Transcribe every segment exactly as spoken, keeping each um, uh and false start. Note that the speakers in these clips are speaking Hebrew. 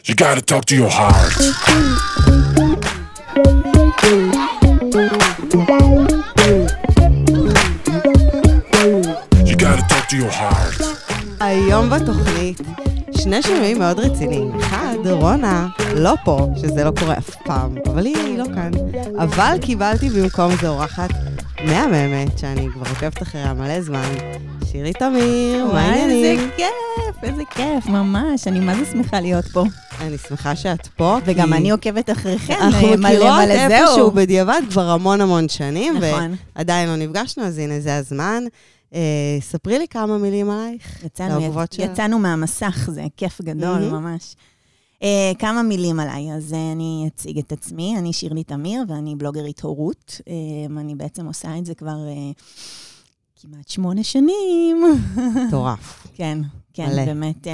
You gotta talk to your heart. You gotta talk to your heart. היום בתוכנית שני שינויים מאוד רציניים. אחד, רונה לא פה, שזה לא קורה אף פעם, אבל היא לא כאן. אבל קיבלתי במקום זה אורחת מהממת, שאני כבר עוקבת אחריה מלא זמן. שירי תמיר, מה העניינים? איזה כיף, איזה כיף, ממש. אני מה זה שמחה להיות פה. אני שמחה שאת פה. וגם אני עוקבת אחריכם. אנחנו מכירות איפשהו בדיעבד כבר המון המון שנים, ועדיין לא נפגשנו, אז הנה זה הזמן. ספרי לי כמה מילים עלייך. יצאנו מהמסך, זה כיף גדול ממש. כמה מילים עליי, אז אני אציג את עצמי, אני שירלי תמיר, ואני בלוגרית הורות. אני בעצם עושה את זה כבר כמעט שמונה שנים. טורף. כן, כן, באמת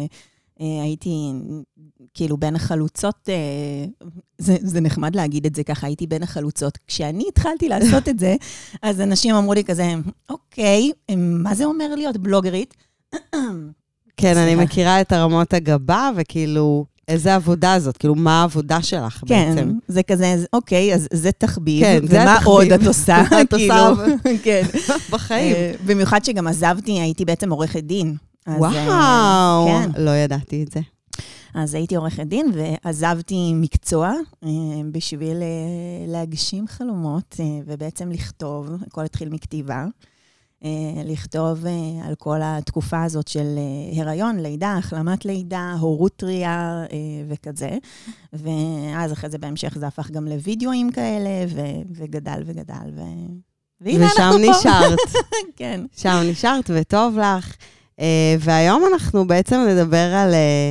הייתי כאילו בין החלוצות, זה, זה נחמד להגיד את זה ככה, הייתי בין החלוצות. כשאני התחלתי לעשות את זה, אז אנשים אמרו לי כזה, אוקיי, מה זה אומר להיות בלוגרית? כן, אני מכירה את הרמות הגבה, וכאילו, איזה עבודה זאת? כאילו, מה העבודה שלך בעצם? כן, זה כזה, אוקיי, אז זה תחביב, ומה עוד את עושה? את עושה, כן. בחיים. במיוחד שגם עזבתי, הייתי בעצם עורכת דין. וואו, לא ידעתי את זה. אז הייתי עורכת דין, ועזבתי מקצוע בשביל להגשים חלומות, ובעצם לכתוב, הכל התחיל מכתיבה, לכתוב על כל התקופה הזאת של הריון, לידה, החלמת לידה, הורות טריה וכזה. ואז אחרי זה בהמשך זה הפך גם לוידאוים כאלה, וגדל וגדל. ושם נשארת. כן. שם נשארת וטוב לך. והיום אנחנו בעצם נדבר על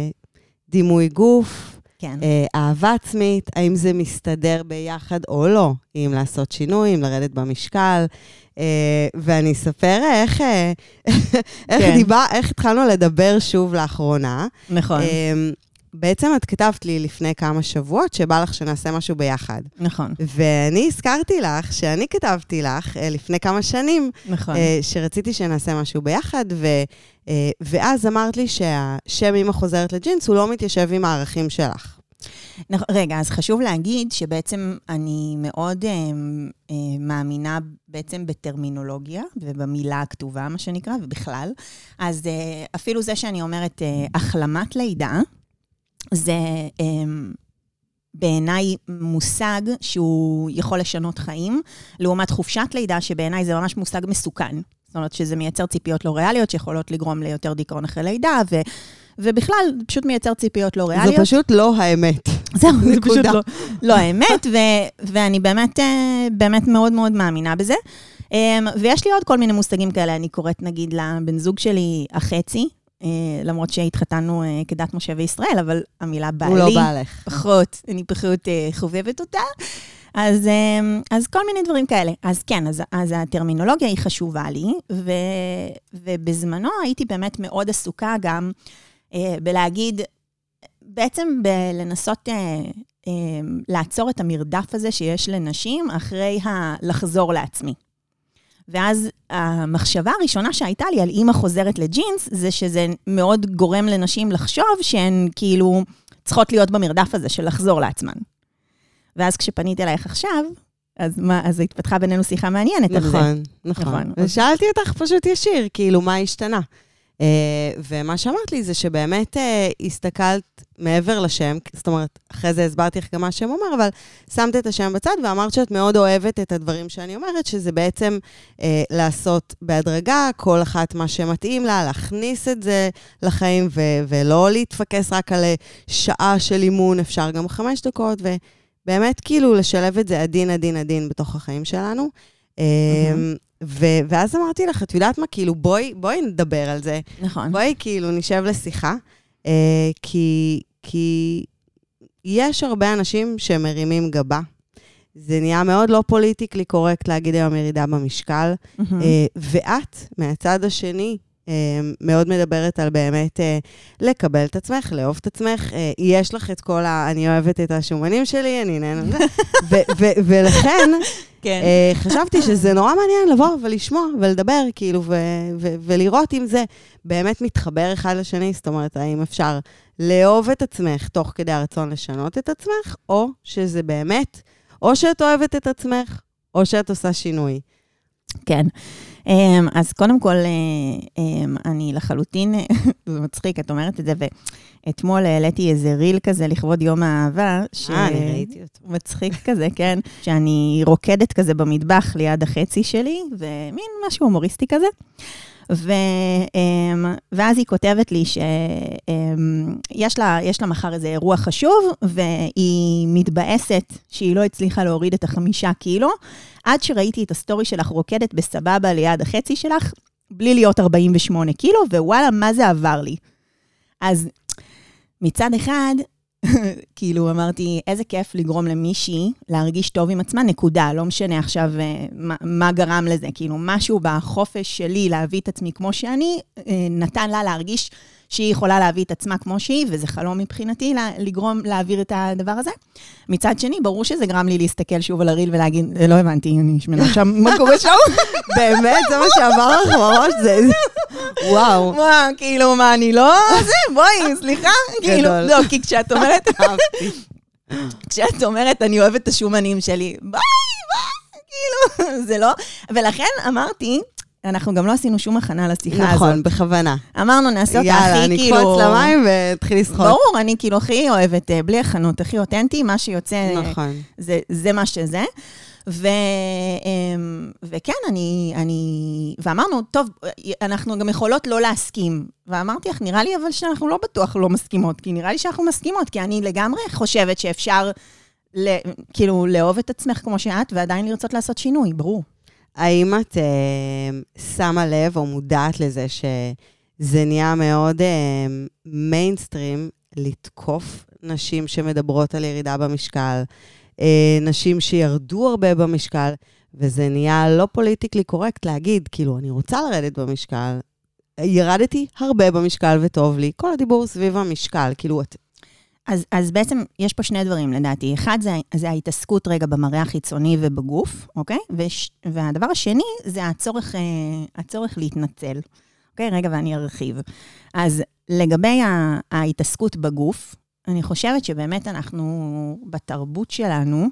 דימוי גוף, כן. אהבה עצמית, האם זה מסתדר ביחד או לא, אם לעשות שינוי, אם לרדת במשקל, ואני אספר איך, איך, כן. דיבה, איך התחלנו לדבר שוב לאחרונה. נכון. בעצם את כתבת לי לפני כמה שבועות שבא לך שנעשה משהו ביחד. נכון. ואני הזכרתי לך שאני כתבתי לך לפני כמה שנים, נכון. שרציתי שנעשה משהו ביחד, ו, ואז אמרת לי שהשם אמא חוזרת לג'ינס, הוא לא מתיישב עם הערכים שלך. רגע, אז חשוב להגיד שבעצם אני מאוד אה, אה, מאמינה בעצם בטרמינולוגיה, ובמילה הכתובה, מה שנקרא, ובכלל. אז אה, אפילו זה שאני אומרת אה, החלמת לידה, זה um, בעיניי מושג שהוא יכול לשנות חיים, לעומת חופשת לידה, שבעיניי זה ממש מושג מסוכן. זאת אומרת שזה מייצר ציפיות לא ריאליות, שיכולות לגרום ליותר דיכאון אחרי לידה, ו, ובכלל פשוט מייצר ציפיות לא ריאליות. זו פשוט לא האמת. זהו, זה פשוט לא, לא האמת, ו, ואני באמת, באמת מאוד מאוד מאמינה בזה. Um, ויש לי עוד כל מיני מושגים כאלה, אני קוראת נגיד לבן זוג שלי החצי, Uh, למרות שהתחתנו uh, כדת משה וישראל, אבל המילה בעלי... הוא לא בעלך. פחות, אני פחות uh, חובבת אותה. אז, uh, אז כל מיני דברים כאלה. אז כן, אז, אז הטרמינולוגיה היא חשובה לי, ו, ובזמנו הייתי באמת מאוד עסוקה גם uh, בלהגיד, בעצם בלנסות uh, uh, לעצור את המרדף הזה שיש לנשים אחרי לחזור לעצמי. ואז המחשבה הראשונה שהייתה לי על אמא חוזרת לג'ינס, זה שזה מאוד גורם לנשים לחשוב שהן כאילו צריכות להיות במרדף הזה של לחזור לעצמן. ואז כשפניתי אלייך עכשיו, אז מה, אז התפתחה בינינו שיחה מעניינת על זה. נכון, נכון. ושאלתי אותך פשוט ישיר, כאילו מה השתנה? Uh, ומה שאמרת לי זה שבאמת uh, הסתכלת מעבר לשם, זאת אומרת, אחרי זה הסברתי לך גם מה השם אומר, אבל שמת את השם בצד ואמרת שאת מאוד אוהבת את הדברים שאני אומרת, שזה בעצם uh, לעשות בהדרגה, כל אחת מה שמתאים לה, להכניס את זה לחיים, ו- ולא להתפקס רק על שעה של אימון, אפשר גם חמש דקות, ובאמת כאילו לשלב את זה עדין, עדין, עדין בתוך החיים שלנו. Mm-hmm. ו- ואז אמרתי לך, את יודעת מה, כאילו בואי, בואי נדבר על זה. נכון. בואי כאילו נשב לשיחה, אה, כי, כי יש הרבה אנשים שמרימים גבה. זה נהיה מאוד לא פוליטיקלי קורקט להגיד היום ירידה במשקל, mm-hmm. אה, ואת מהצד השני מאוד מדברת על באמת לקבל את עצמך, לאהוב את עצמך. יש לך את כל ה... אני אוהבת את השומנים שלי, אני נהנה לזה. ולכן, חשבתי שזה נורא מעניין לבוא ולשמוע ולדבר, כאילו, ולראות אם זה באמת מתחבר אחד לשני. זאת אומרת, האם אפשר לאהוב את עצמך תוך כדי הרצון לשנות את עצמך, או שזה באמת, או שאת אוהבת את עצמך, או שאת עושה שינוי. כן. אז קודם כל, אני לחלוטין, זה מצחיק, את אומרת את זה, ואתמול העליתי איזה ריל כזה לכבוד יום האהבה. אה, אני ראיתי אותו. מצחיק כזה, כן. שאני רוקדת כזה במטבח ליד החצי שלי, ומין משהו הומוריסטי כזה. ו, ואז היא כותבת לי שיש לה, יש לה מחר איזה אירוע חשוב, והיא מתבאסת שהיא לא הצליחה להוריד את החמישה קילו, עד שראיתי את הסטורי שלך רוקדת בסבבה ליד החצי שלך, בלי להיות ארבעים ושמונה קילו, ווואלה, מה זה עבר לי? אז מצד אחד, כאילו אמרתי, איזה כיף לגרום למישהי להרגיש טוב עם עצמה, נקודה, לא משנה עכשיו מה, מה גרם לזה, כאילו משהו בחופש שלי להביא את עצמי כמו שאני, נתן לה להרגיש שהיא יכולה להביא את עצמה כמו שהיא, וזה חלום מבחינתי לגרום להעביר את הדבר הזה. מצד שני, ברור שזה גרם לי להסתכל שוב על הריל ולהגיד, לא הבנתי, אני שמנה שם, מה קורה שם? באמת, זה מה שאמר לך בראש, זה... וואו. מה, כאילו, מה, אני לא... זה, בואי, סליחה. כאילו, לא, כי כשאת אומרת... כשאת אומרת, אני אוהבת את השומנים שלי, ביי, ביי, כאילו, זה לא... ולכן אמרתי... אנחנו גם לא עשינו שום הכנה לשיחה הזאת. נכון, בכוונה. אמרנו, נעשה אותה הכי כאילו... יאללה, נקפוץ למים ותחיל לשחות. ברור, אני כאילו הכי אוהבת, בלי הכנות, הכי אותנטי, מה שיוצא, נכון. זה, זה מה שזה. ו, וכן, אני, אני... ואמרנו, טוב, אנחנו גם יכולות לא להסכים. ואמרתי לך, נראה לי אבל שאנחנו לא בטוח לא מסכימות, כי נראה לי שאנחנו מסכימות, כי אני לגמרי חושבת שאפשר, כאילו, לאהוב את עצמך כמו שאת, ועדיין לרצות לעשות שינוי, ברור. האם את אה, שמה לב או מודעת לזה שזה נהיה מאוד אה, מיינסטרים לתקוף נשים שמדברות על ירידה במשקל, אה, נשים שירדו הרבה במשקל, וזה נהיה לא פוליטיקלי קורקט להגיד, כאילו, אני רוצה לרדת במשקל, ירדתי הרבה במשקל וטוב לי, כל הדיבור סביב המשקל, כאילו, את... אז, אז בעצם יש פה שני דברים לדעתי. אחד זה, זה ההתעסקות רגע במראה החיצוני ובגוף, אוקיי? וש, והדבר השני זה הצורך, הצורך להתנצל. אוקיי? רגע, ואני ארחיב. אז לגבי ההתעסקות בגוף, אני חושבת שבאמת אנחנו בתרבות שלנו,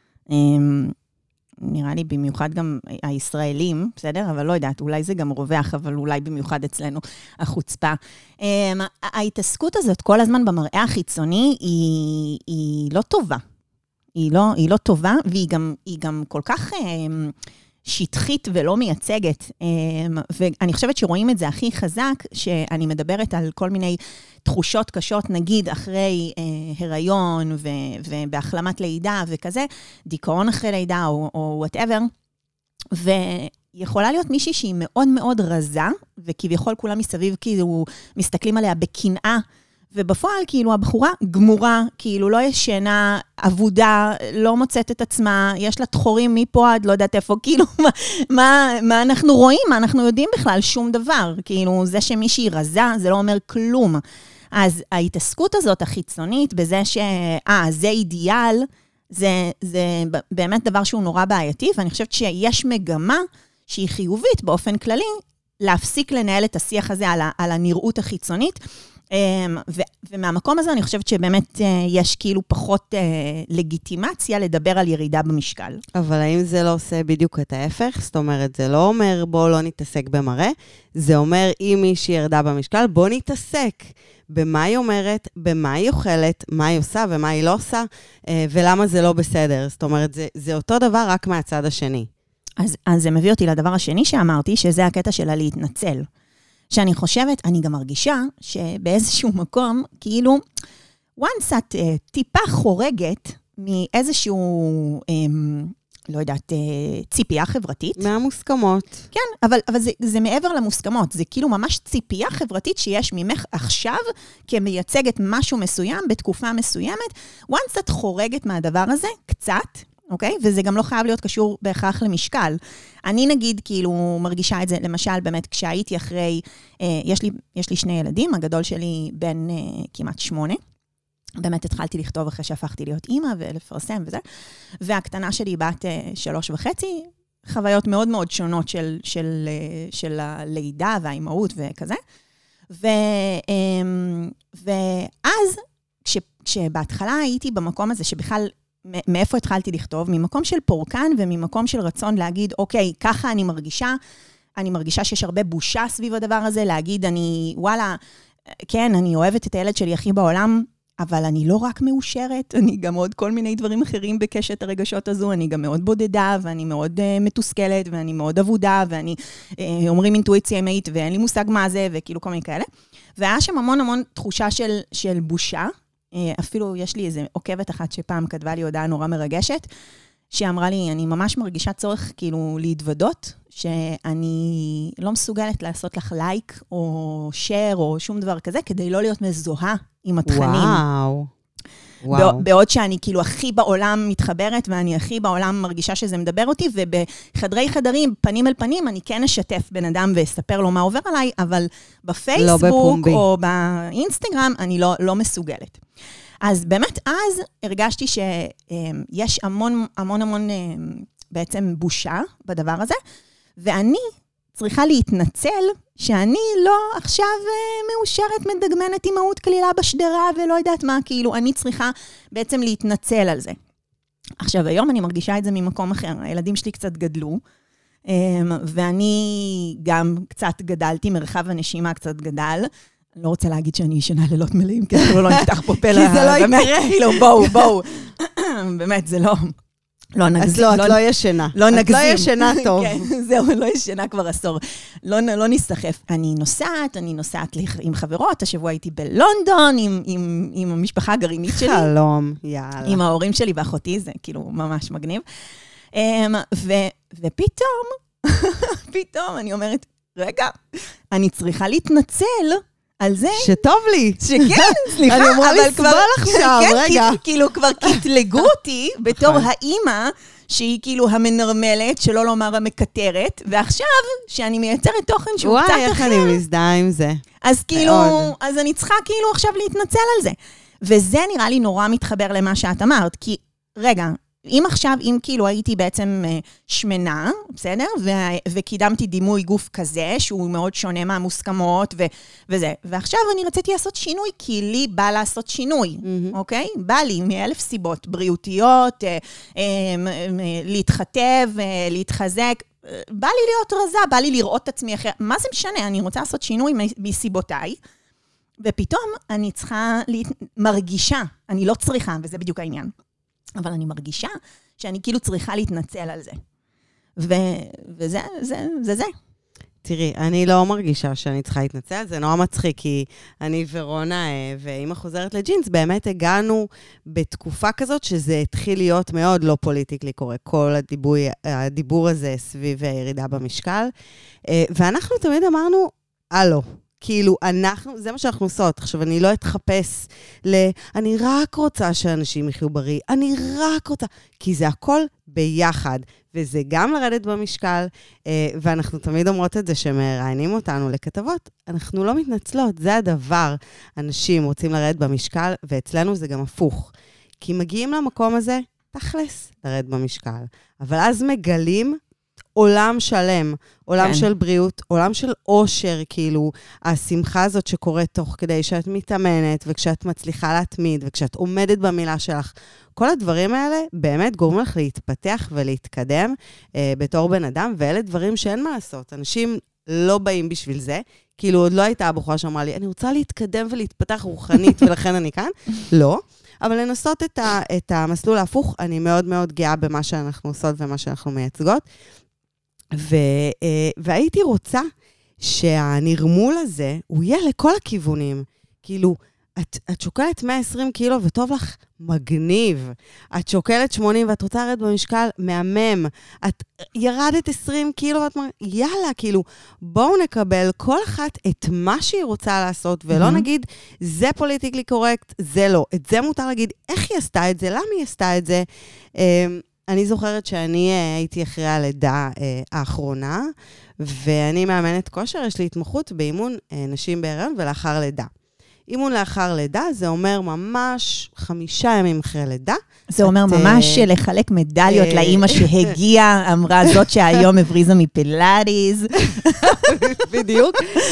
נראה לי במיוחד גם הישראלים, בסדר? אבל לא יודעת, אולי זה גם רווח, אבל אולי במיוחד אצלנו החוצפה. ההתעסקות הזאת כל הזמן במראה החיצוני היא, היא לא טובה. היא לא, היא לא טובה, והיא גם, היא גם כל כך שטחית ולא מייצגת. ואני חושבת שרואים את זה הכי חזק, שאני מדברת על כל מיני תחושות קשות, נגיד אחרי הריון ו, ובהחלמת לידה וכזה, דיכאון אחרי לידה או, או whatever, ויכולה להיות מישהי שהיא מאוד מאוד רזה, וכביכול כולם מסביב כאילו מסתכלים עליה בקנאה, ובפועל כאילו הבחורה גמורה, כאילו לא ישנה, עבודה, לא מוצאת את עצמה, יש לה תחורים מפה עד לא יודעת איפה, כאילו מה, מה, מה אנחנו רואים, מה אנחנו יודעים בכלל, שום דבר, כאילו זה שמישהי רזה, זה לא אומר כלום. אז ההתעסקות הזאת החיצונית, בזה שאה, זה אידיאל, זה, זה באמת דבר שהוא נורא בעייתי, ואני חושבת שיש מגמה שהיא חיובית באופן כללי, להפסיק לנהל את השיח הזה על, על הנראות החיצונית, ו- ומהמקום הזה אני חושבת שבאמת יש כאילו פחות לגיטימציה לדבר על ירידה במשקל. אבל האם זה לא עושה בדיוק את ההפך? זאת אומרת, זה לא אומר בוא לא נתעסק במראה, זה אומר אם מישהי ירדה במשקל, בוא נתעסק במה היא אומרת, במה היא אוכלת, מה היא עושה ומה היא לא עושה, ולמה זה לא בסדר. זאת אומרת, זה, זה אותו דבר רק מהצד השני. אז, אז זה מביא אותי לדבר השני שאמרתי, שזה הקטע שלה להתנצל. שאני חושבת, אני גם מרגישה שבאיזשהו מקום, כאילו, once את uh, טיפה חורגת מאיזשהו, um, לא יודעת, uh, ציפייה חברתית. מהמוסכמות. כן, אבל, אבל זה, זה מעבר למוסכמות, זה כאילו ממש ציפייה חברתית שיש ממך עכשיו, כמייצגת משהו מסוים בתקופה מסוימת, once את חורגת מהדבר הזה, קצת, אוקיי? וזה גם לא חייב להיות קשור בהכרח למשקל. אני נגיד, כאילו, מרגישה את זה, למשל, באמת, כשהייתי אחרי, אה, יש לי, יש לי שני ילדים, הגדול שלי בן אה, כמעט שמונה, באמת התחלתי לכתוב אחרי שהפכתי להיות אימא ולפרסם וזה, והקטנה שלי בת אה, שלוש וחצי, חוויות מאוד מאוד שונות של, של, אה, של הלידה והאימהות וכזה, ו, אה, ואז, כש, כשבהתחלה הייתי במקום הזה, שבכלל, מאיפה התחלתי לכתוב? ממקום של פורקן וממקום של רצון להגיד, אוקיי, ככה אני מרגישה, אני מרגישה שיש הרבה בושה סביב הדבר הזה, להגיד, אני, וואלה, כן, אני אוהבת את הילד שלי הכי בעולם, אבל אני לא רק מאושרת, אני גם עוד כל מיני דברים אחרים בקשת הרגשות הזו, אני גם מאוד בודדה, ואני מאוד uh, מתוסכלת, ואני מאוד עבודה, ואני, uh, אומרים אינטואיציה אמהית, ואין לי מושג מה זה, וכאילו כל מיני כאלה. והיה שם המון המון תחושה של, של בושה, אפילו יש לי איזו עוקבת אחת שפעם כתבה לי הודעה נורא מרגשת, שאמרה לי, אני ממש מרגישה צורך כאילו להתוודות, שאני לא מסוגלת לעשות לך לייק או שייר או שום דבר כזה, כדי לא להיות מזוהה עם התכנים. וואו. וואו. בעוד שאני כאילו הכי בעולם מתחברת, ואני הכי בעולם מרגישה שזה מדבר אותי, ובחדרי חדרים, פנים אל פנים, אני כן אשתף בן אדם ואספר לו מה עובר עליי, אבל בפייסבוק לא או באינסטגרם, אני לא, לא מסוגלת. אז באמת אז הרגשתי שיש המון המון המון בעצם בושה בדבר הזה, ואני צריכה להתנצל שאני לא עכשיו מאושרת, מדגמנת אימהות כלילה בשדרה ולא יודעת מה, כאילו אני צריכה בעצם להתנצל על זה. עכשיו היום אני מרגישה את זה ממקום אחר, הילדים שלי קצת גדלו, ואני גם קצת גדלתי, מרחב הנשימה קצת גדל, לא רוצה להגיד שאני ישנה לילות מלאים, כי אנחנו לא נפתח פה פה. כי זה לא יקרה. כאילו, בואו, בואו. באמת, זה לא... לא נגזים. אז לא, את לא ישנה. לא נגזים. את לא ישנה טוב. כן, זהו, לא ישנה כבר עשור. לא, לא נסחף. אני נוסעת, אני נוסעת עם חברות, השבוע הייתי בלונדון, עם, עם, עם המשפחה הגרעינית שלי. חלום, יאללה. עם ההורים שלי ואחותי, זה כאילו ממש מגניב. ו, ופתאום, פתאום אני אומרת, רגע, אני צריכה להתנצל, על זה... שטוב לי. שכן, סליחה, אני אמורה אבל לסבול כבר... עכשיו, כן, רגע. כאילו כבר קטלגו אותי בתור האימא, שהיא כאילו המנרמלת, שלא לומר המקטרת, ועכשיו, שאני מייצרת תוכן שהוא קצת אחר... וואי, איך אני מזדהה עם זה. אז כאילו, אז אני צריכה כאילו עכשיו להתנצל על זה. וזה נראה לי נורא מתחבר למה שאת אמרת, כי, רגע, אם עכשיו, אם כאילו הייתי בעצם שמנה, בסדר? ו- וקידמתי דימוי גוף כזה, שהוא מאוד שונה מהמוסכמות ו- וזה. ועכשיו אני רציתי לעשות שינוי, כי לי בא לעשות שינוי, mm-hmm. אוקיי? בא לי מאלף סיבות, בריאותיות, אה, אה, אה, להתחתב, אה, להתחזק. בא לי להיות רזה, בא לי לראות את עצמי אחרי. מה זה משנה? אני רוצה לעשות שינוי מסיבותיי, ופתאום אני צריכה, להת... מרגישה, אני לא צריכה, וזה בדיוק העניין. אבל אני מרגישה שאני כאילו צריכה להתנצל על זה. ו... וזה, זה, זה, זה. תראי, אני לא מרגישה שאני צריכה להתנצל, זה נורא מצחיק, כי אני ורונה ואמא חוזרת לג'ינס, באמת הגענו בתקופה כזאת שזה התחיל להיות מאוד לא פוליטיקלי קורקט, כל הדיבור, הדיבור הזה סביב הירידה במשקל, ואנחנו תמיד אמרנו, הלו, כאילו, אנחנו, זה מה שאנחנו עושות. עכשיו, אני לא אתחפש ל... אני רק רוצה שאנשים יחיו בריא. אני רק רוצה... כי זה הכל ביחד. וזה גם לרדת במשקל, ואנחנו תמיד אומרות את זה שמראיינים אותנו לכתבות. אנחנו לא מתנצלות, זה הדבר. אנשים רוצים לרדת במשקל, ואצלנו זה גם הפוך. כי מגיעים למקום הזה, תכלס לרדת במשקל. אבל אז מגלים... עולם שלם, עולם כן. של בריאות, עולם של אושר, כאילו, השמחה הזאת שקורית תוך כדי שאת מתאמנת, וכשאת מצליחה להתמיד, וכשאת עומדת במילה שלך, כל הדברים האלה באמת גורמים לך להתפתח ולהתקדם אה, בתור בן אדם, ואלה דברים שאין מה לעשות. אנשים לא באים בשביל זה, כאילו עוד לא הייתה הבחורה שאמרה לי, אני רוצה להתקדם ולהתפתח רוחנית, ולכן אני כאן. לא. אבל לנסות את, ה, את המסלול ההפוך, אני מאוד מאוד גאה במה שאנחנו עושות ומה שאנחנו מייצגות. ו, והייתי רוצה שהנרמול הזה, הוא יהיה לכל הכיוונים. כאילו, את, את שוקלת מאה ועשרים קילו וטוב לך מגניב. את שוקלת שמונים ואת רוצה לרדת במשקל מהמם. את ירדת עשרים קילו ואת אומרת, יאללה, כאילו, בואו נקבל כל אחת את מה שהיא רוצה לעשות, ולא mm-hmm. נגיד, זה פוליטיקלי קורקט, זה לא. את זה מותר להגיד, איך היא עשתה את זה, למה היא עשתה את זה. אני זוכרת שאני הייתי אחרי הלידה האחרונה, ואני מאמנת כושר, יש לי התמחות באימון נשים בהיריון ולאחר לידה. אימון לאחר לידה, זה אומר ממש חמישה ימים אחרי לידה. זה אומר ממש לחלק מדליות לאמא שהגיעה, אמרה זאת שהיום הבריזה מפילאטיס. בדיוק.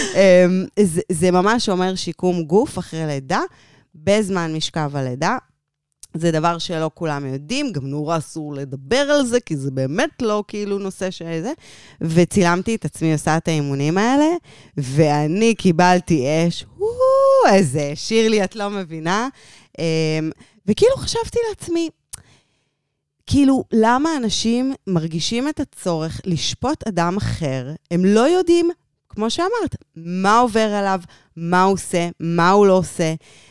זה ממש אומר שיקום גוף אחרי לידה, בזמן משכב הלידה. זה דבר שלא כולם יודעים, גם נורא אסור לדבר על זה, כי זה באמת לא כאילו נושא שזה. וצילמתי את עצמי עושה את האימונים האלה, ואני קיבלתי אש, איזה שירלי, את לא מבינה. וכאילו חשבתי לעצמי, כאילו, למה אנשים מרגישים את הצורך לשפוט אדם אחר? הם לא יודעים, כמו שאמרת, מה עובר עליו, מה הוא עושה, מה הוא לא עושה.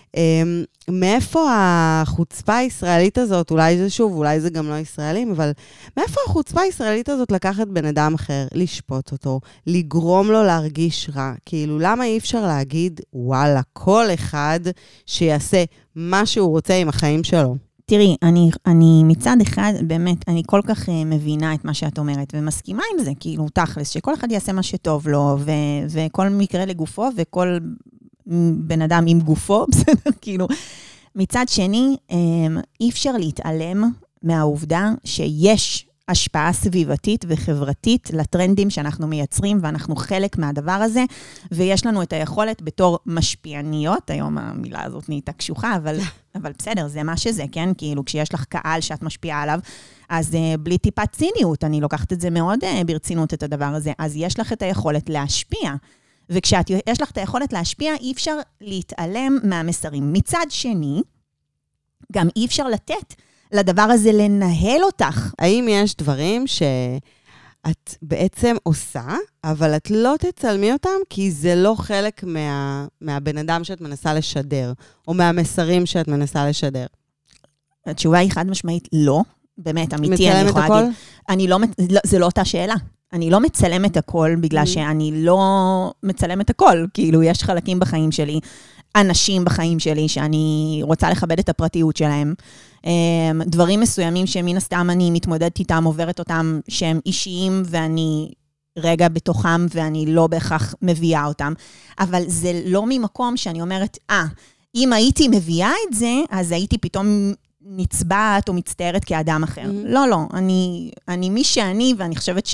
מאיפה החוצפה הישראלית הזאת, אולי זה שוב, אולי זה גם לא ישראלים, אבל מאיפה החוצפה הישראלית הזאת לקחת בן אדם אחר, לשפוט אותו, לגרום לו להרגיש רע? כאילו, למה אי אפשר להגיד, וואלה, כל אחד שיעשה מה שהוא רוצה עם החיים שלו? תראי, אני, אני מצד אחד, באמת, אני כל כך uh, מבינה את מה שאת אומרת, ומסכימה עם זה, כאילו, תכלס, שכל אחד יעשה מה שטוב לו, ו, וכל מקרה לגופו, וכל בן אדם עם גופו, בסדר? כאילו, מצד שני, אי אפשר להתעלם מהעובדה שיש השפעה סביבתית וחברתית לטרנדים שאנחנו מייצרים, ואנחנו חלק מהדבר הזה, ויש לנו את היכולת בתור משפיעניות, היום המילה הזאת נהייתה קשוחה, אבל, אבל בסדר, זה מה שזה, כן? כאילו, כשיש לך קהל שאת משפיעה עליו, אז בלי טיפת ציניות, אני לוקחת את זה מאוד ברצינות, את הדבר הזה, אז יש לך את היכולת להשפיע. וכשיש לך את היכולת להשפיע, אי אפשר להתעלם מהמסרים. מצד שני, גם אי אפשר לתת לדבר הזה לנהל אותך. האם יש דברים שאת בעצם עושה, אבל את לא תצלמי אותם, כי זה לא חלק מה, מהבן אדם שאת מנסה לשדר, או מהמסרים שאת מנסה לשדר? התשובה היא חד משמעית לא. באמת, אמיתי, מצלמת אני יכולה הכל? להגיד. אני לא, זה לא אותה שאלה. אני לא מצלמת הכל, בגלל שאני לא מצלמת הכל. כאילו, יש חלקים בחיים שלי, אנשים בחיים שלי, שאני רוצה לכבד את הפרטיות שלהם. דברים מסוימים שמן הסתם אני מתמודדת איתם, עוברת אותם, שהם אישיים, ואני רגע בתוכם, ואני לא בהכרח מביאה אותם. אבל זה לא ממקום שאני אומרת, אה, אם הייתי מביאה את זה, אז הייתי פתאום נצבעת או מצטערת כאדם אחר. Mm-hmm. לא, לא, אני, אני מי שאני, ואני חושבת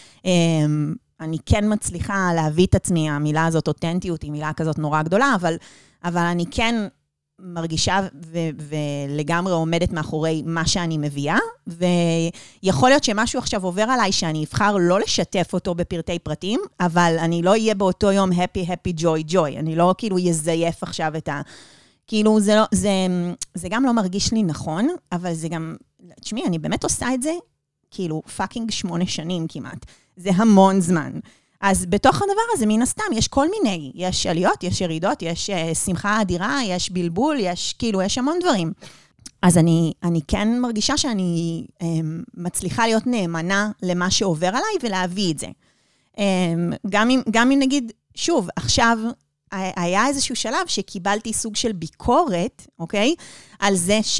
שאני כן מצליחה להביא את עצמי, המילה הזאת, אותנטיות, היא מילה כזאת נורא גדולה, אבל, אבל אני כן מרגישה ו- ולגמרי עומדת מאחורי מה שאני מביאה, ויכול להיות שמשהו עכשיו עובר עליי, שאני אבחר לא לשתף אותו בפרטי פרטים, אבל אני לא אהיה באותו יום happy, happy, joy, joy. אני לא כאילו יזייף עכשיו את ה... כאילו, זה, לא, זה, זה גם לא מרגיש לי נכון, אבל זה גם, תשמעי, אני באמת עושה את זה, כאילו, פאקינג שמונה שנים כמעט. זה המון זמן. אז בתוך הדבר הזה, מן הסתם, יש כל מיני, יש עליות, יש ירידות, יש uh, שמחה אדירה, יש בלבול, יש, כאילו, יש המון דברים. אז אני, אני כן מרגישה שאני um, מצליחה להיות נאמנה למה שעובר עליי, ולהביא את זה. Um, גם אם, גם אם נגיד, שוב, עכשיו, היה איזשהו שלב שקיבלתי סוג של ביקורת, אוקיי? על זה ש,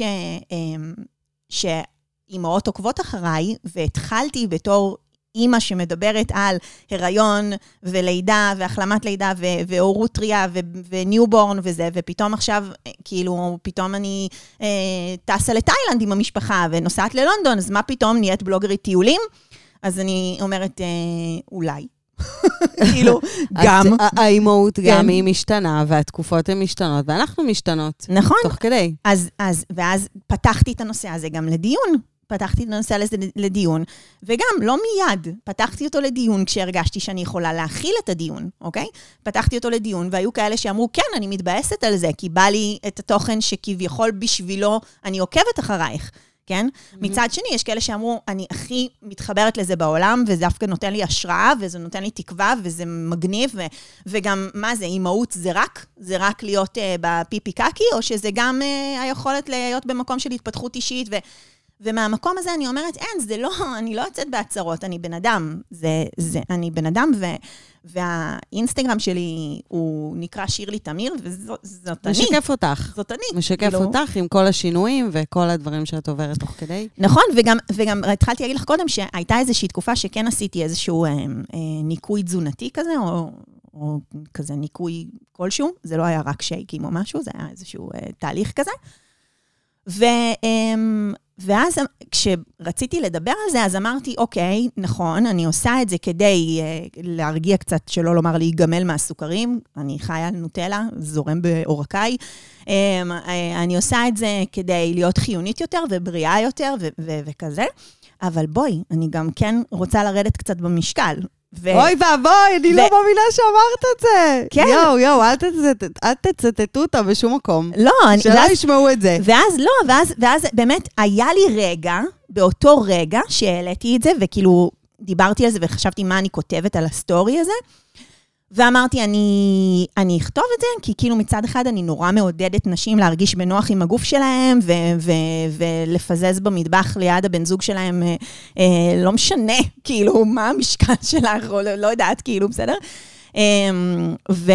שאימהות עוקבות אחריי, והתחלתי בתור אימא שמדברת על הריון ולידה, והחלמת לידה, והורות טריה, וניובורן וזה, ופתאום עכשיו, כאילו, פתאום אני אה, טסה לתאילנד עם המשפחה, ונוסעת ללונדון, אז מה פתאום נהיית בלוגרית טיולים? אז אני אומרת, אה, אולי. כאילו, גם. האימהות גם היא משתנה, והתקופות הן משתנות, ואנחנו משתנות. נכון. תוך כדי. אז, אז, ואז פתחתי את הנושא הזה גם לדיון. פתחתי את הנושא הזה לדיון, וגם, לא מיד, פתחתי אותו לדיון כשהרגשתי שאני יכולה להכיל את הדיון, אוקיי? פתחתי אותו לדיון, והיו כאלה שאמרו, כן, אני מתבאסת על זה, כי בא לי את התוכן שכביכול בשבילו אני עוקבת אחרייך. כן? Mm-hmm. מצד שני, יש כאלה שאמרו, אני הכי מתחברת לזה בעולם, וזה דווקא נותן לי השראה, וזה נותן לי תקווה, וזה מגניב, ו- וגם, מה זה, אימהות זה רק? זה רק להיות uh, בפיפי קקי, או שזה גם uh, היכולת להיות במקום של התפתחות אישית, ו- ומהמקום הזה אני אומרת, אין, זה לא, אני לא יוצאת בהצהרות, אני בן אדם. זה, זה, אני בן אדם, ו, והאינסטגרם שלי הוא נקרא שירלי תמיר, וזאת אני. משקף אותך. זאת אני. משקף כאילו... אותך עם כל השינויים וכל הדברים שאת עוברת תוך כדי. נכון, וגם, וגם התחלתי להגיד לך קודם שהייתה איזושהי תקופה שכן עשיתי איזשהו אה, אה, ניקוי תזונתי כזה, או, או כזה ניקוי כלשהו. זה לא היה רק שייקים או משהו, זה היה איזשהו אה, תהליך כזה. ו... אה, ואז כשרציתי לדבר על זה, אז אמרתי, אוקיי, נכון, אני עושה את זה כדי uh, להרגיע קצת, שלא לומר להיגמל מהסוכרים, אני חיה על נוטלה, זורם בעורקיי, um, אני עושה את זה כדי להיות חיונית יותר ובריאה יותר ו- ו- וכזה, אבל בואי, אני גם כן רוצה לרדת קצת במשקל. ו... אוי ואבוי, אני ו... לא מאמינה שאמרת את זה. כן. יואו, יואו, אל, תצטט, אל תצטטו אותה בשום מקום. לא, אני... שלא ואז... ישמעו את זה. ואז לא, ואז, ואז באמת היה לי רגע, באותו רגע שהעליתי את זה, וכאילו דיברתי על זה וחשבתי מה אני כותבת על הסטורי הזה, ואמרתי, אני, אני אכתוב את זה, כי כאילו מצד אחד אני נורא מעודדת נשים להרגיש בנוח עם הגוף שלהם, ו- ו- ולפזז במטבח ליד הבן זוג שלהם, אה, אה, לא משנה, כאילו, מה המשקל שלך, או לא, לא יודעת, כאילו, בסדר? אה, ו-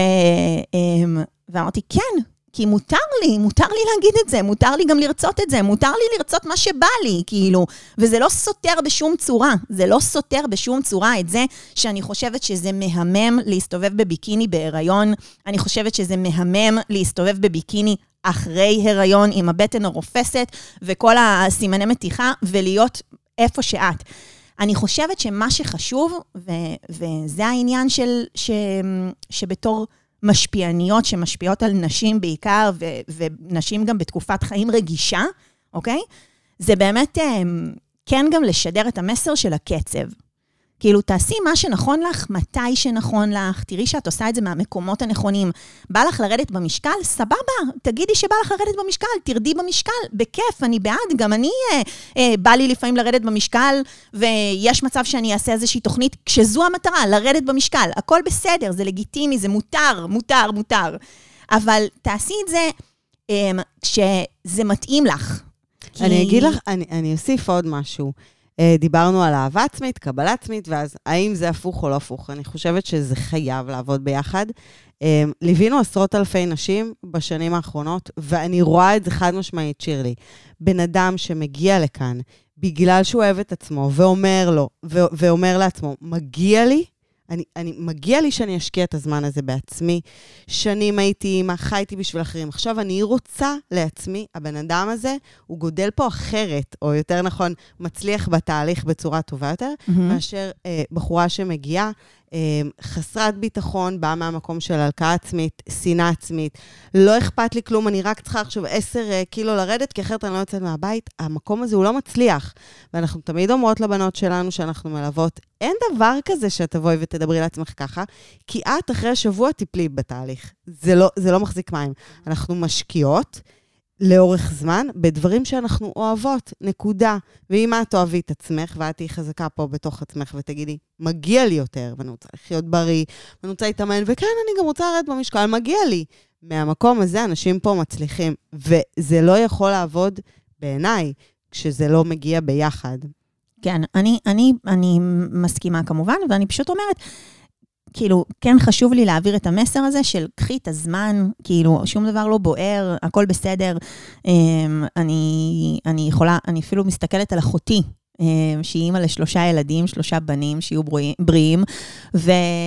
אה, ואמרתי, כן, כי מותר לי, מותר לי להגיד את זה, מותר לי גם לרצות את זה, מותר לי לרצות מה שבא לי, כאילו, וזה לא סותר בשום צורה, זה לא סותר בשום צורה את זה שאני חושבת שזה מהמם להסתובב בביקיני בהיריון, אני חושבת שזה מהמם להסתובב בביקיני אחרי הריון עם הבטן הרופסת וכל הסימני מתיחה ולהיות איפה שאת. אני חושבת שמה שחשוב, ו- וזה העניין של, ש- שבתור משפיעניות שמשפיעות על נשים בעיקר, ו- ונשים גם בתקופת חיים רגישה, אוקיי? זה באמת כן גם לשדר את המסר של הקצב. כאילו, תעשי מה שנכון לך, מתי שנכון לך, תראי שאת עושה את זה מהמקומות הנכונים. בא לך לרדת במשקל? סבבה, תגידי שבא לך לרדת במשקל, תרדי במשקל, בכיף, אני בעד, גם אני, אה, אה, בא לי לפעמים לרדת במשקל, ויש מצב שאני אעשה איזושהי תוכנית, כשזו המטרה, לרדת במשקל, הכל בסדר, זה לגיטימי, זה מותר, מותר, מותר. אבל תעשי את זה אה, כשזה מתאים לך. כי... אני אגיד לך, אני, אני אוסיף עוד משהו. דיברנו על אהבה עצמית, קבלה עצמית, ואז האם זה הפוך או לא הפוך? אני חושבת שזה חייב לעבוד ביחד. ליווינו עשרות אלפי נשים בשנים האחרונות, ואני רואה את זה חד משמעית, שירלי. בן אדם שמגיע לכאן, בגלל שהוא אוהב את עצמו, ואומר לו, ו- ואומר לעצמו, מגיע לי, אני, אני, מגיע לי שאני אשקיע את הזמן הזה בעצמי, שנים הייתי אימא, חייתי בשביל אחרים, עכשיו אני רוצה לעצמי, הבן אדם הזה, הוא גודל פה אחרת, או יותר נכון, מצליח בתהליך בצורה טובה יותר, mm-hmm. מאשר אה, בחורה שמגיעה, אה, חסרת ביטחון, באה מהמקום של הלקאה עצמית, שנאה עצמית, לא אכפת לי כלום, אני רק צריכה עכשיו עשר אה, קילו לרדת, כי אחרת אני לא יוצאת מהבית, המקום הזה הוא לא מצליח, ואנחנו תמיד אומרות לבנות שלנו שאנחנו מלוות, אין דבר כזה שתבואי ותדברי לעצמך ככה, כי את אחרי השבוע תיפלי בתהליך. זה לא, זה לא מחזיק מים. אנחנו משקיעות לאורך זמן בדברים שאנחנו אוהבות, נקודה. ואם את אוהבי את עצמך, ואת תהי חזקה פה בתוך עצמך, ותגידי, מגיע לי יותר, ואני רוצה לחיות בריא, ואני רוצה להתאמן, וכן, אני גם רוצה לרדת במשקל, מגיע לי. מהמקום הזה, אנשים פה מצליחים, וזה לא יכול לעבוד בעיניי, כשזה לא מגיע ביחד. כן, אני, אני, אני מסכימה כמובן, ואני פשוט אומרת, כאילו, כן חשוב לי להעביר את המסר הזה של קחי את הזמן, כאילו, שום דבר לא בוער, הכל בסדר. אני, אני יכולה, אני אפילו מסתכלת על אחותי, שהיא אימא לשלושה ילדים, שלושה בנים, שיהיו בריאים, ו,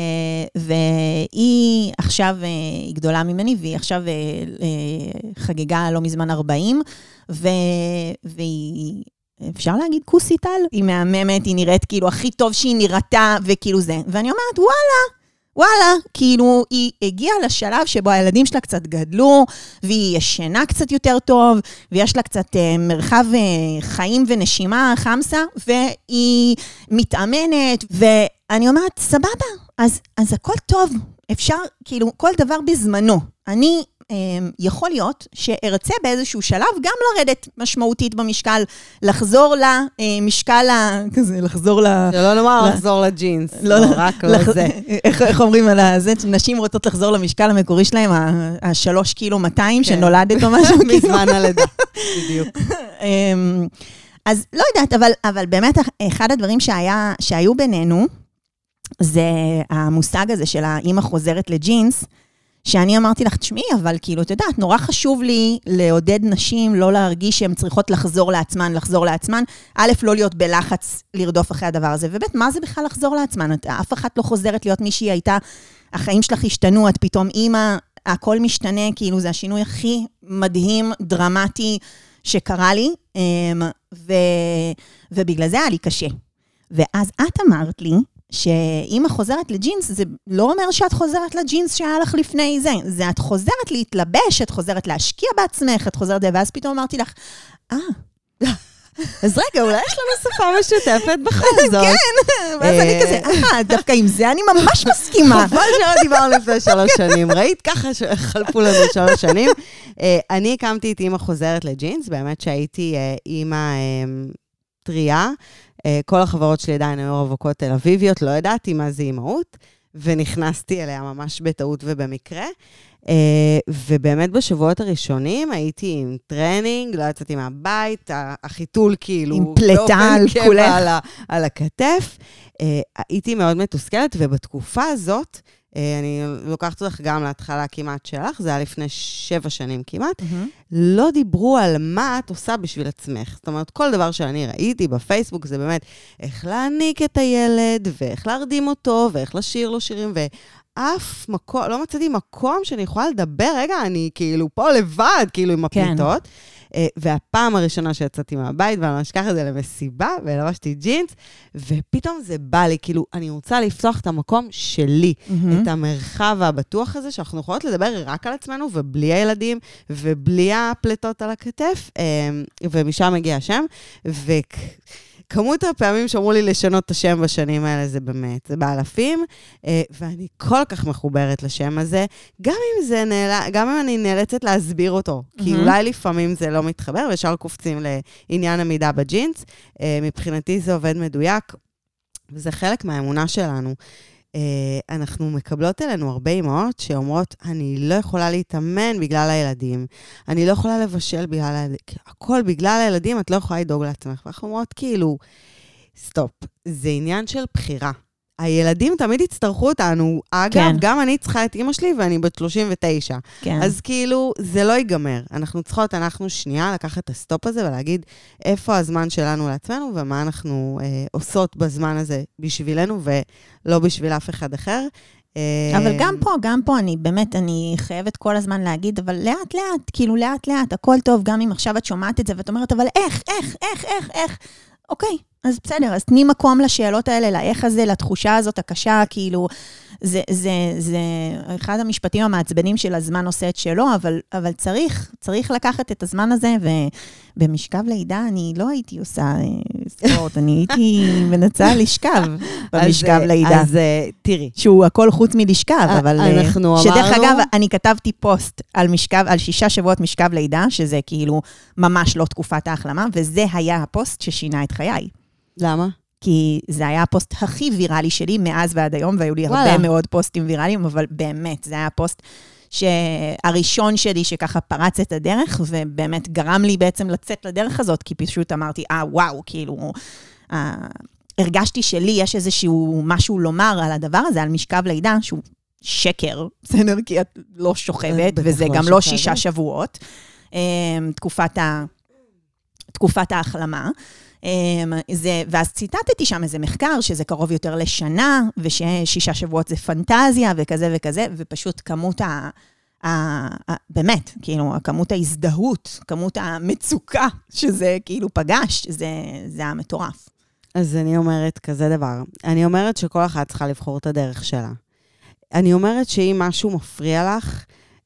והיא עכשיו, היא גדולה ממני, והיא עכשיו חגגה לא מזמן ארבעים, ו, והיא... אפשר להגיד כוסית על? היא מהממת, היא נראית כאילו הכי טוב שהיא נראתה, וכאילו זה. ואני אומרת, וואלה, וואלה, כאילו היא הגיעה לשלב שבו הילדים שלה קצת גדלו, והיא ישנה קצת יותר טוב, ויש לה קצת אה, מרחב אה, חיים ונשימה, חמסה, והיא מתאמנת, ואני אומרת, סבבה, אז, אז הכל טוב, אפשר, כאילו, כל דבר בזמנו. אני... יכול להיות שארצה באיזשהו שלב גם לרדת משמעותית במשקל, לחזור למשקל, כזה, לחזור ל... זה לא נאמר לחזור לג'ינס, לא רק לזה. איך אומרים על זה? נשים רוצות לחזור למשקל המקורי שלהם, השלוש קילו מאתיים שנולדת או משהו. מזמן הלידה, בדיוק. אז לא יודעת, אבל, אבל באמת אחד הדברים שהיה, שהיו בינינו, זה המושג הזה של האמא חוזרת לג'ינס, שאני אמרתי לך, תשמעי, אבל כאילו, את יודעת, נורא חשוב לי לעודד נשים, לא להרגיש שהן צריכות לחזור לעצמן, לחזור לעצמן, א', לא להיות בלחץ לרדוף אחרי הדבר הזה, וב', מה זה בכלל לחזור לעצמן? אף אחת לא חוזרת להיות מי שהיא הייתה, החיים שלך השתנו, את פתאום אמא, הכל משתנה, כאילו זה השינוי הכי מדהים, דרמטי שקרה לי, ו, ובגלל זה היה לי קשה. ואז את אמרת לי, שאמא חוזרת לג'ינס, זה לא אומר שאת חוזרת לג'ינס שהיה לך לפני זה, זה את חוזרת להתלבש, את חוזרת להשקיע בעצמך, את חוזרת, ואז פתאום אמרתי לך, אה, אז רגע, אולי יש לנו שפה משותפת בכל זאת. כן, ואז אני כזה, אה, דווקא עם זה אני ממש מסכימה. חבל שלא דיברנו לפני שלוש שנים, ראית ככה שחלפו לנו שלוש שנים. אני הקמתי את אמא חוזרת לג'ינס, באמת שהייתי אמא טריה, כל החברות שלי עדיין היו רווקות תל אביביות, לא ידעתי מה זה אימהות, ונכנסתי אליה ממש בטעות ובמקרה. ובאמת בשבועות הראשונים הייתי עם טרנינג, לא יצאתי מהבית, החיתול כאילו... עם פלטה על כולך. על, על הכתף. הייתי מאוד מתוסכלת, ובתקופה הזאת, אני לוקחת אותך גם להתחלה כמעט שלך, זה היה לפני שבע שנים כמעט, mm-hmm. לא דיברו על מה את עושה בשביל עצמך. זאת אומרת, כל דבר שאני ראיתי בפייסבוק, זה באמת איך להעניק את הילד, ואיך להרדים אותו, ואיך לשיר לו שירים, ואף מקום, לא מצאתי מקום שאני יכולה לדבר, רגע, אני כאילו פה לבד, כאילו עם הפליטות. כן. והפעם הראשונה שיצאתי מהבית, ואני אשכח את זה למסיבה, ולבשתי ג'ינס, ופתאום זה בא לי, כאילו, אני רוצה לפתוח את המקום שלי, mm-hmm. את המרחב הבטוח הזה, שאנחנו יכולות לדבר רק על עצמנו, ובלי הילדים, ובלי הפלטות על הכתף, ומשם מגיע השם, ו... כמות הפעמים שאמרו לי לשנות את השם בשנים האלה, זה באמת, זה באלפים, ואני כל כך מחוברת לשם הזה, גם אם זה נעלה, גם אם אני נאלצת להסביר אותו, כי mm-hmm. אולי לפעמים זה לא מתחבר, ושאר קופצים לעניין המידה בג'ינס, מבחינתי זה עובד מדויק, וזה חלק מהאמונה שלנו. אנחנו מקבלות אלינו הרבה אמהות שאומרות, אני לא יכולה להתאמן בגלל הילדים, אני לא יכולה לבשל בגלל הילדים, הכל בגלל הילדים, את לא יכולה לדאוג לעצמך. ואנחנו אומרות, כאילו, סטופ, זה עניין של בחירה. הילדים תמיד יצטרכו אותנו, אגב, כן. גם אני צריכה את אמא שלי ואני בת שלושים ותשע. כן. אז כאילו, זה לא ייגמר. אנחנו צריכות, אנחנו שנייה לקחת את הסטופ הזה ולהגיד איפה הזמן שלנו לעצמנו ומה אנחנו אה, עושות בזמן הזה בשבילנו ולא בשביל אף אחד אחר. אבל גם פה, גם פה, אני באמת, אני חייבת כל הזמן להגיד, אבל לאט לאט, כאילו לאט לאט, הכל טוב, גם אם עכשיו את שומעת את זה ואת אומרת, אבל איך, איך, איך, איך, איך, אוקיי. אז בסדר, אז תני מקום לשאלות האלה, לאיך הזה, לתחושה הזאת הקשה, כאילו, זה, זה, זה אחד המשפטים המעצבנים של הזמן עושה את שלו, אבל, אבל צריך, צריך לקחת את הזמן הזה, ובמשכב לידה אני לא הייתי עושה ספורט, אני הייתי מנסה לשכב במשכב לידה. אז תראי. שהוא הכל חוץ מלשכב, אבל... אנחנו אמרנו... שדרך אגב, אני כתבתי פוסט על משכב, על שישה שבועות משכב לידה, שזה כאילו ממש לא תקופת ההחלמה, וזה היה הפוסט ששינה את חיי. למה? כי זה היה הפוסט הכי ויראלי שלי מאז ועד היום, והיו לי הרבה מאוד פוסטים ויראליים, אבל באמת, זה היה הפוסט שהראשון שלי שככה פרץ את הדרך, ובאמת גרם לי בעצם לצאת לדרך הזאת, כי פשוט אמרתי, אה, וואו, כאילו, אה, הרגשתי שלי יש איזשהו משהו לומר על הדבר הזה, על משכב לידה, שהוא שקר, בסדר, כי את לא שוכבת, וזה גם לא שישה שבועות, תקופת ה... תקופת ההחלמה, זה, ואז ציטטתי שם איזה מחקר, שזה קרוב יותר לשנה, וששישה שבועות זה פנטזיה, וכזה וכזה, ופשוט כמות ה... ה, ה באמת, כאילו, כמות ההזדהות, כמות המצוקה, שזה כאילו פגש, זה, זה המטורף. אז אני אומרת כזה דבר, אני אומרת שכל אחת צריכה לבחור את הדרך שלה. אני אומרת שאם משהו מפריע לך,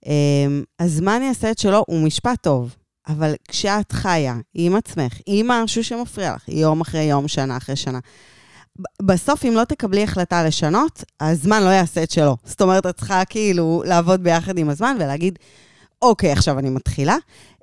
אז מה אני אעשה את שלו? הוא משפט טוב. אבל כשאת חיה עם עצמך, עם משהו שמפריע לך, יום אחרי יום, שנה אחרי שנה, בסוף אם לא תקבלי החלטה לשנות, הזמן לא יעשה את שלו. זאת אומרת, את צריכה כאילו לעבוד ביחד עם הזמן ולהגיד, אוקיי, עכשיו אני מתחילה.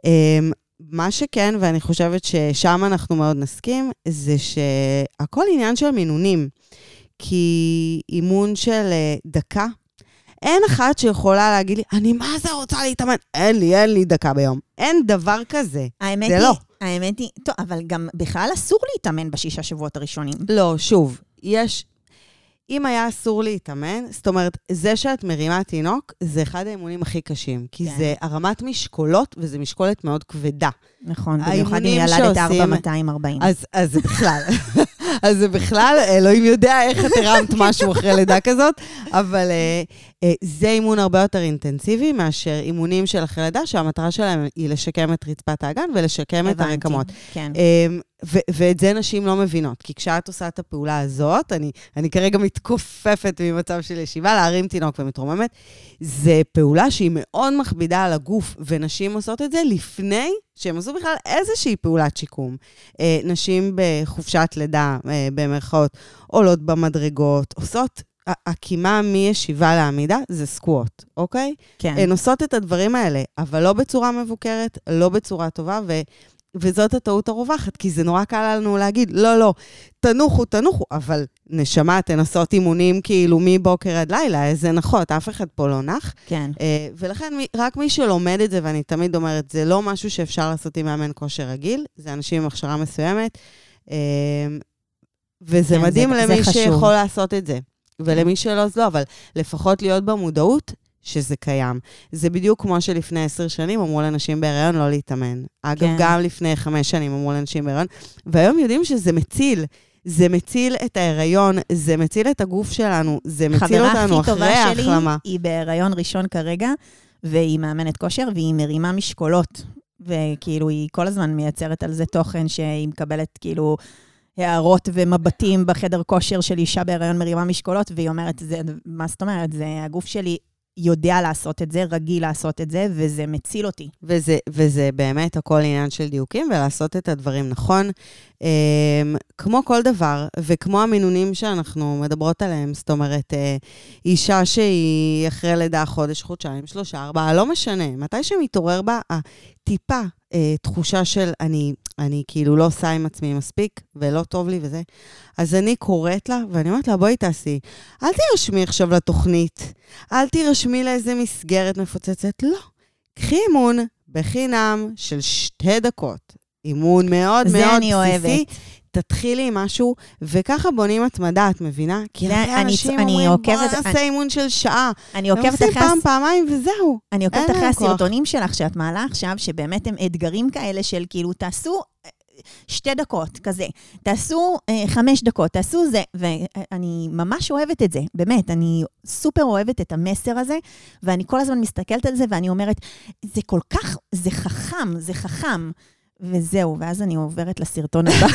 מה שכן, ואני חושבת ששם אנחנו מאוד נסכים, זה שהכל עניין של מינונים. כי אימון של דקה, אין אחת שיכולה להגיד לי, אני מה זה רוצה להתאמן? אין לי, אין לי דקה ביום. אין דבר כזה. האמת זה היא, לא. האמת היא, טוב, אבל גם בכלל אסור להתאמן בשישה שבועות הראשונים. לא, שוב, יש... אם היה אסור להתאמן, זאת אומרת, זה שאת מרימה תינוק, זה אחד האימונים הכי קשים, כי כן. זה הרמת משקולות, וזה משקולת מאוד כבדה. נכון, במיוחד האימונים אם ילדת שעושים- ארבע מאתיים וארבעים. אז, אז זה בכלל, אז זה בכלל, אלוהים יודע איך את הרמת משהו אחרי לידה כזאת, אבל אה, אה, זה אימון הרבה יותר אינטנסיבי מאשר אימונים של אחרי לידה, שהמטרה שלהם היא לשקם את רצפת האגן ולשקם את הבנתי, הרקמות. כן. Um, ו- ואת זה נשים לא מבינות, כי כשאת עושה את הפעולה הזאת, אני, אני כרגע מתכופפת ממצב של ישיבה, להרים תינוק ומתרוממת, זה פעולה שהיא מאוד מכבידה על הגוף, ונשים עושות את זה לפני שהם עשו בכלל איזושהי פעולת שיקום. Uh, נשים בחופשת לידה, uh, במרכאות, עולות במדרגות, עושות... הקימה מישיבה לעמידה זה סקווט, אוקיי? כן. הן עושות את הדברים האלה, אבל לא בצורה מבוקרת, לא בצורה טובה, ו... וזאת הטעות הרווחת, כי זה נורא קל לנו להגיד, לא, לא, תנוחו, תנוחו, אבל נשמה, תנסות אימונים כאילו מבוקר עד לילה, איזה נחות, אף אחד פה לא נח. כן. Uh, ולכן מי, רק מי שלומד את זה, ואני תמיד אומרת, זה לא משהו שאפשר לעשות עם מאמן כושר רגיל, זה אנשים עם הכשרה מסוימת, uh, וזה כן, מדהים זה- למי זה חשוב. שיכול לעשות את זה. ולמי שלא, אז לא, אבל לפחות להיות במודעות שזה קיים. זה בדיוק כמו שלפני עשר שנים אמרו לאנשים בהיריון לא להתאמן. אגב, כן. גם לפני חמש שנים אמרו לאנשים בהיריון, והיום יודעים שזה מציל. זה מציל את ההיריון, זה מציל את הגוף שלנו, זה מציל חברה אותנו הכי אחרי טובה שלי ההחלמה. היא בהיריון ראשון כרגע, והיא מאמנת כושר, והיא מרימה משקולות. וכאילו, היא כל הזמן מייצרת על זה תוכן שהיא מקבלת כאילו הערות ומבטים בחדר כושר של אישה בהיריון מרימה משקולות, והיא אומרת, זה, מה זאת אומרת? זה הגוף שלי יודע לעשות את זה, רגיל לעשות את זה, וזה מציל אותי. וזה, וזה באמת הכל עניין של דיוקים, ולעשות את הדברים נכון. Um, כמו כל דבר, וכמו המינונים שאנחנו מדברות עליהם, זאת אומרת, uh, אישה שהיא אחרי לידה חודש, חודשיים, שלושה, ארבעה, לא משנה, מתי שמתעורר בה הטיפה uh, תחושה של אני, אני כאילו לא עושה עם עצמי מספיק, ולא טוב לי וזה, אז אני קוראת לה, ואני אומרת לה, בואי תעשי, אל תירשמי עכשיו לתוכנית, אל תירשמי לאיזה מסגרת מפוצצת, לא. קחי אימון בחינם של שתי דקות. אימון מאוד זה מאוד אני בסיסי. אוהבת. תתחילי עם משהו, וככה בונים התמדה, את מבינה? כי זה- הרבה אני- אנשים אני אומרים, בוא עוקבת- נעשה אני- אימון של שעה. אני הם עוקבת עושים אחרי... פעם, פעמיים, וזהו. אני עוקבת אין אחרי להם כוח. הסרטונים שלך שאת מעלה עכשיו, שבאמת הם אתגרים כאלה של כאילו, תעשו אה, שתי דקות כזה, תעשו אה, חמש דקות, תעשו זה, ואני ממש אוהבת את זה, באמת, אני סופר אוהבת את המסר הזה, ואני כל הזמן מסתכלת על זה, ואני אומרת, זה כל כך, זה חכם, זה חכם. וזהו, ואז אני עוברת לסרטון הבא.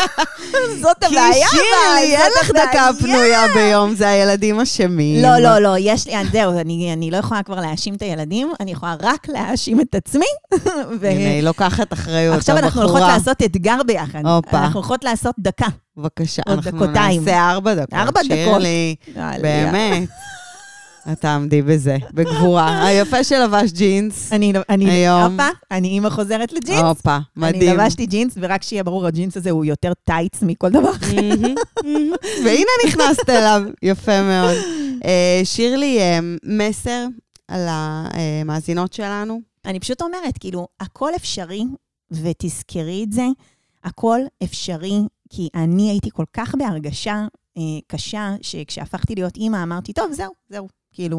זאת כי הבעיה, שירלי, אין זאת לך דקה הבעיה. פנויה ביום, זה הילדים אשמים. לא, לא, לא, יש לי, זהו, אני, אני לא יכולה כבר להאשים את הילדים, אני יכולה רק להאשים את עצמי. ו... הנה, היא לוקחת אחריות, עכשיו אנחנו הבחורה. הולכות לעשות אתגר ביחד. הופה. אנחנו הולכות לעשות דקה. בבקשה, עוד אנחנו דקותיים. נעשה ארבע דקות. ארבע דקות. שירלי, באמת. את תעמדי בזה, בגבורה. היפה שלבש ג'ינס. אני, אני, היום. הופה, אני אימא חוזרת לג'ינס. הופה, מדהים. אני לבשתי ג'ינס, ורק שיהיה ברור, הג'ינס הזה הוא יותר טייץ מכל דבר אחר. מהמם, מהמם. והנה נכנסת אליו, יפה מאוד. אה, שירלי, אה, מסר על המאזינות שלנו. אני פשוט אומרת, כאילו, הכל אפשרי, ותזכרי את זה, הכל אפשרי, כי אני הייתי כל כך בהרגשה אה, קשה, שכשהפכתי להיות אימא, אמרתי, טוב, זהו, זהו. כאילו,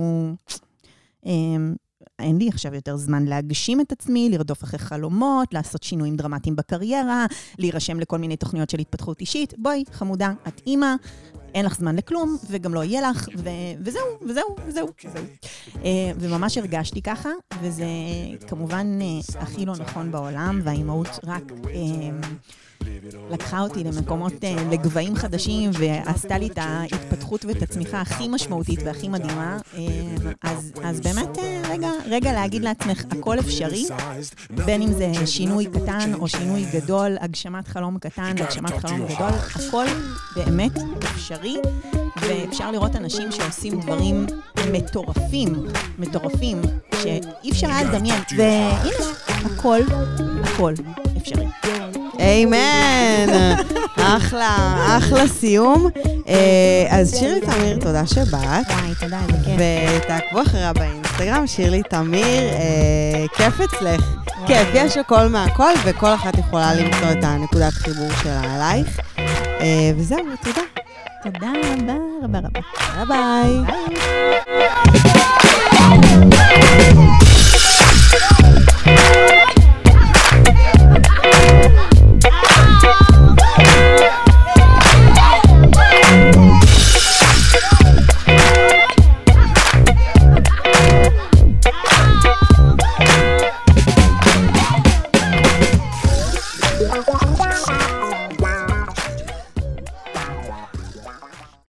אה, אין לי עכשיו יותר זמן להגשים את עצמי, לרדוף אחרי חלומות, לעשות שינויים דרמטיים בקריירה, להירשם לכל מיני תוכניות של התפתחות אישית. בואי, חמודה, את אימא, אין לך זמן לכלום, וגם לא יהיה לך, ו- וזהו, וזהו, וזהו, וזהו. Uh, וממש הרגשתי ככה, וזה כמובן uh, הכי לא נכון בעולם, והאימהות רק uh, לקחה אותי למקומות, uh, לגבהים חדשים, ועשתה לי את ההתפתחות ואת הצמיחה הכי משמעותית והכי מדהימה. Uh, אז, אז באמת, uh, רגע, רגע להגיד לעצמך, הכל אפשרי, בין אם זה שינוי קטן או שינוי גדול, הגשמת חלום קטן, הגשמת חלום גדול, הכל באמת אפשרי, ואפשר לראות אנשים שעושים דברים מטורפים, מטורפים, שאי אפשר היה לדמיין, והנה, הכל, הכל אפשרי. איימן, אחלה, אחלה סיום. אז שירלי תמיר, תודה שבאת. וואי, תודה, זה כיף. ותעקבו אחריה באינסטגרם, שירלי תמיר, כיף אצלך. כיף, יש הכל מהכל, וכל אחת יכולה למצוא את הנקודת חיבור שלה עלייך. וזהו, תודה. תודה רבה, רבה רבה. ביי ביי.